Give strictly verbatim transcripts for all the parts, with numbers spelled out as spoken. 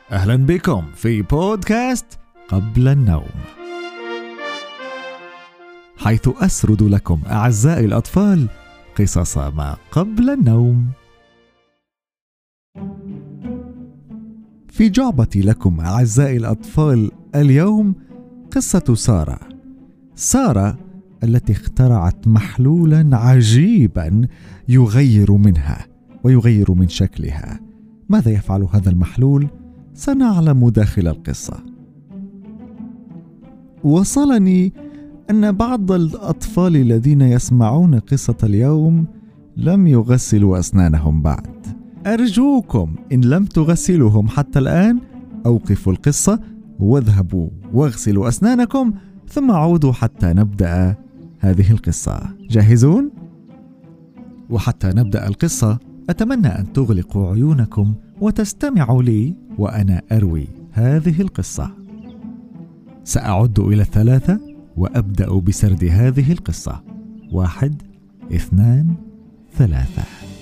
أهلا بكم في بودكاست قبل النوم، حيث أسرد لكم أعزائي الأطفال قصص ما قبل النوم. في جعبتي لكم أعزائي الأطفال اليوم قصة سارة. سارة التي اخترعت محلولا عجيبا يغير منها ويغير من شكلها. ماذا يفعل هذا المحلول؟ سنعلم داخل القصة. وصلني أن بعض الأطفال الذين يسمعون قصة اليوم لم يغسلوا أسنانهم بعد. أرجوكم إن لم تغسلوهم حتى الآن أوقفوا القصة واذهبوا واغسلوا أسنانكم ثم عودوا حتى نبدأ هذه القصة. جاهزون؟ وحتى نبدأ القصة أتمنى أن تغلقوا عيونكم وتستمعوا لي وأنا أروي هذه القصة. سأعد إلى الثلاثة وأبدأ بسرد هذه القصة. واحد، اثنان، ثلاثة.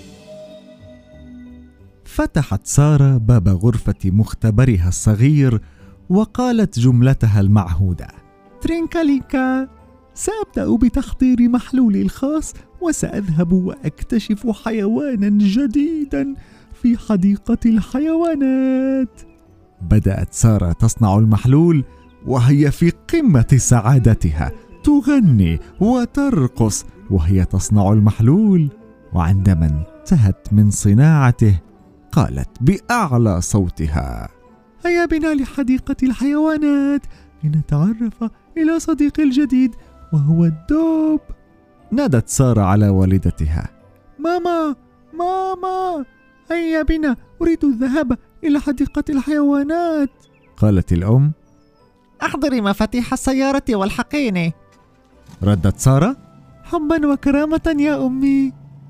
فتحت سارة باب غرفة مختبرها الصغير وقالت جملتها المعهودة: ترينكالينكا، سأبدأ بتحضير محلولي الخاص وسأذهب وأكتشف حيوانا جديدا في حديقة الحيوانات. بدأت سارة تصنع المحلول وهي في قمة سعادتها، تغني وترقص وهي تصنع المحلول. وعندما انتهت من صناعته قالت بأعلى صوتها: هيا بنا لحديقة الحيوانات لنتعرف إلى صديقي الجديد وهو الدب. نادت سارة على والدتها: ماما ماما هيا بنا، أريد الذهاب إلى حديقة الحيوانات. قالت الأم: أحضري مفاتيح السيارة والحقيني. ردت سارة: حبا وكرامة يا أمي.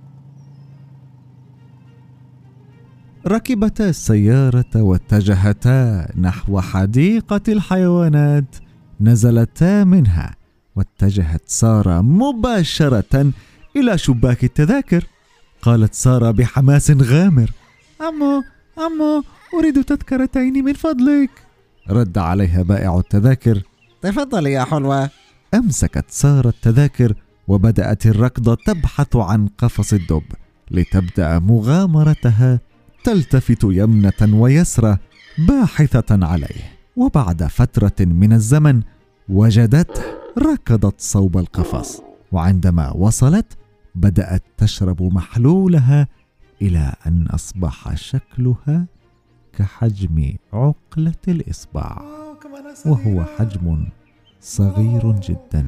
ركبتا السيارة واتجهتا نحو حديقة الحيوانات. نزلتا منها واتجهت سارة مباشرة إلى شباك التذاكر. قالت سارة بحماس غامر: عمو عمو أريد تذكرتين من فضلك. رد عليها بائع التذاكر: تفضل يا حلوة. أمسكت سارة التذاكر وبدأت الركض تبحث عن قفص الدب لتبدأ مغامرتها، تلتفت يمنة ويسرى باحثة عليه. وبعد فترة من الزمن وجدته، ركضت صوب القفص، وعندما وصلت بدأت تشرب محلولها إلى أن أصبح شكلها كحجم عقلة الإصبع، وهو حجم صغير جدا.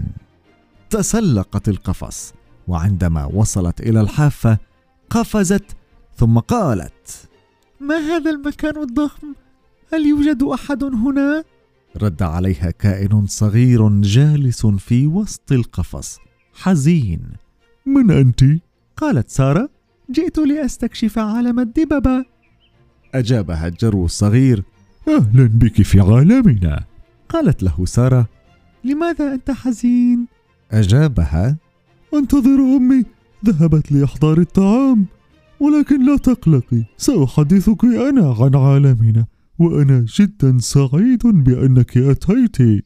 تسلقت القفص، وعندما وصلت إلى الحافة قفزت ثم قالت: ما هذا المكان الضخم؟ هل يوجد أحد هنا؟ رد عليها كائن صغير جالس في وسط القفص حزين. من أنت؟ قالت سارة: جئت لأستكشف عالم الدببة. أجابها الجرو الصغير: أهلا بك في عالمنا. قالت له سارة: لماذا أنت حزين؟ أجابها: أنتظر أمي، ذهبت لإحضار الطعام، ولكن لا تقلقي، سأحدثك أنا عن عالمنا، وأنا جدا سعيد بأنك أتيت.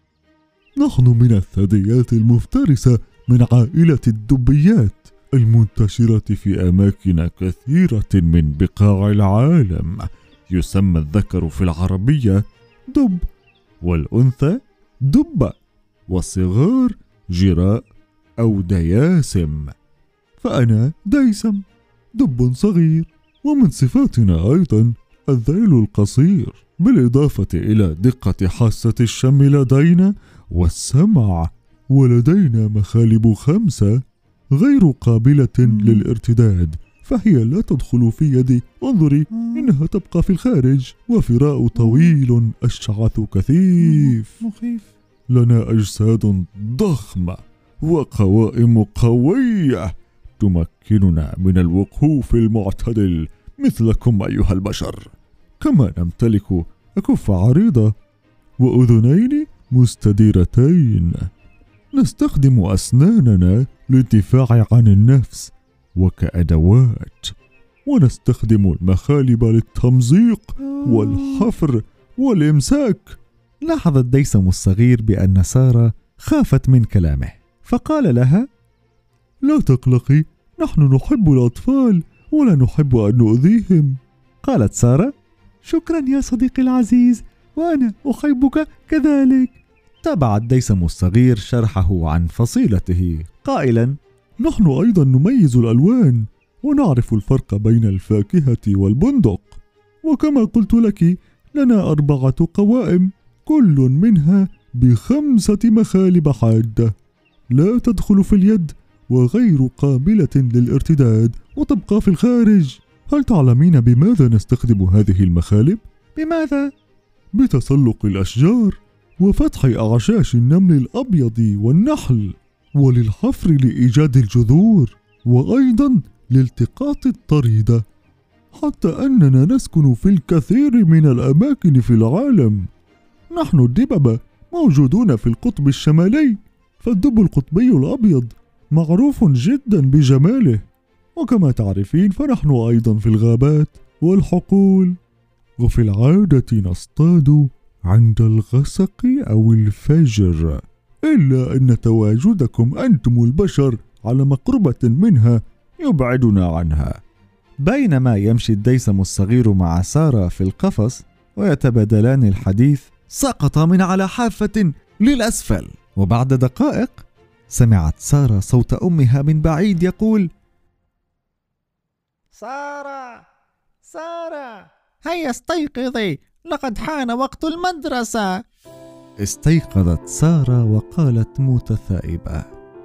نحن من الثدييات المفترسة من عائلة الدبيات المنتشرة في أماكن كثيرة من بقاع العالم. يسمى الذكر في العربية دب، والأنثى دبة، والصغار جراء أو دياسم. فأنا ديسم، دب صغير. ومن صفاتنا أيضا الذيل القصير، بالإضافة إلى دقة حاسة الشم لدينا والسمع. ولدينا مخالب خمسة غير قابلة للارتداد، فهي لا تدخل في يدي. انظري، إنها تبقى في الخارج. وفراء طويل أشعث كثيف. مخيف. لنا أجساد ضخمة وقوائم قوية تمكننا من الوقوف المعتدل مثلكم أيها البشر. كما نمتلك أكف عريضة وأذنين مستديرتين. نستخدم أسناننا للدفاع عن النفس وكأدوات، ونستخدم المخالب للتمزيق والحفر والإمساك. لاحظ الديسم الصغير بأن سارة خافت من كلامه، فقال لها: لا تقلقي، نحن نحب الأطفال ولا نحب أن نؤذيهم. قالت سارة: شكرا يا صديقي العزيز، وأنا أحبك كذلك. تابع الديسم الصغير شرحه عن فصيلته قائلا: نحن أيضا نميز الألوان ونعرف الفرق بين الفاكهة والبندق، وكما قلت لك لنا أربعة قوائم كل منها بخمسة مخالب حادة لا تدخل في اليد وغير قابلة للارتداد وتبقى في الخارج. هل تعلمين بماذا نستخدم هذه المخالب؟ بماذا؟ بتسلق الأشجار وفتح أعشاش النمل الأبيض والنحل، وللحفر لإيجاد الجذور، وأيضا لالتقاط الطريدة، حتى أننا نسكن في الكثير من الأماكن في العالم. نحن الدببة موجودون في القطب الشمالي، فالدب القطبي الأبيض معروف جدا بجماله، وكما تعرفين فنحن أيضا في الغابات والحقول، وفي العادة نصطاد عند الغسق أو الفجر، إلا أن تواجدكم أنتم البشر على مقربة منها يبعدنا عنها. بينما يمشي الديسم الصغير مع سارة في القفص ويتبادلان الحديث، سقط من على حافة للأسفل، وبعد دقائق سمعت سارة صوت أمها من بعيد يقول: سارة سارة هيا استيقظي، لقد حان وقت المدرسة. استيقظت سارة وقالت متثائبة: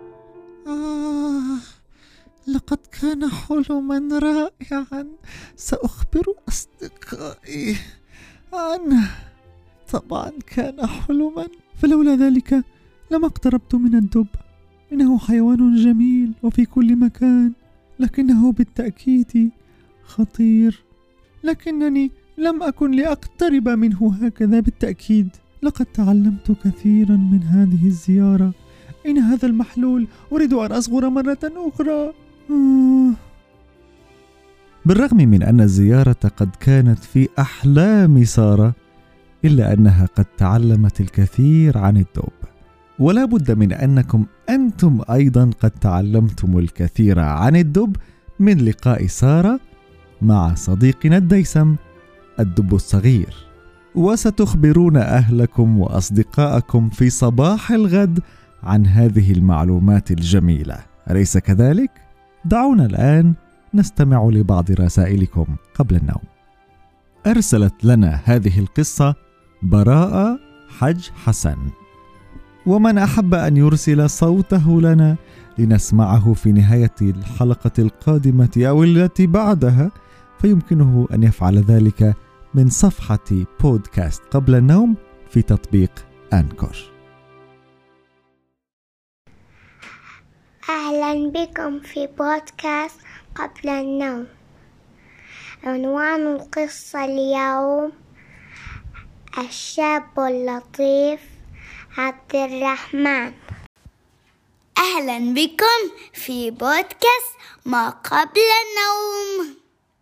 آه لقد كان حلما رائعا، سأخبر أصدقائي عنه. طبعا كان حلما، فلولا ذلك لما اقتربت من الدب. إنه حيوان جميل وفي كل مكان، لكنه بالتأكيد خطير، لكنني لم أكن لأقترب منه هكذا بالتأكيد. لقد تعلمت كثيرا من هذه الزيارة. إن هذا المحلول؟ أريد أن أصغر مرة أخرى. آه. بالرغم من أن الزيارة قد كانت في أحلام سارة، إلا أنها قد تعلمت الكثير عن الدب، ولا بد من أنكم أنتم أيضا قد تعلمتم الكثير عن الدب من لقاء سارة مع صديقنا الديسم الدب الصغير. وستخبرون أهلكم وأصدقائكم في صباح الغد عن هذه المعلومات الجميلة، أليس كذلك؟ دعونا الآن نستمع لبعض رسائلكم قبل النوم. أرسلت لنا هذه القصة براءة حج حسن، ومن أحب أن يرسل صوته لنا لنسمعه في نهاية الحلقة القادمة أو التي بعدها فيمكنه أن يفعل ذلك من صفحة بودكاست قبل النوم في تطبيق أنكور. أهلا بكم في بودكاست قبل النوم. عنوان القصة اليوم: الشاب اللطيف عبد الرحمن. أهلا بكم في بودكاست ما قبل النوم.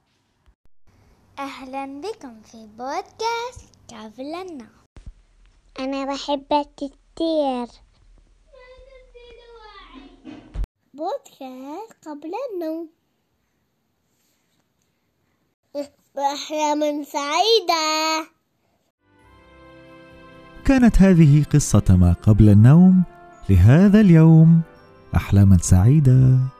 أهلا بكم في بودكاست قبل النوم. أنا بحب التير. بودكاست قبل النوم. أحلام سعيدة. كانت هذه قصة ما قبل النوم لهذا اليوم. أحلاما سعيدة.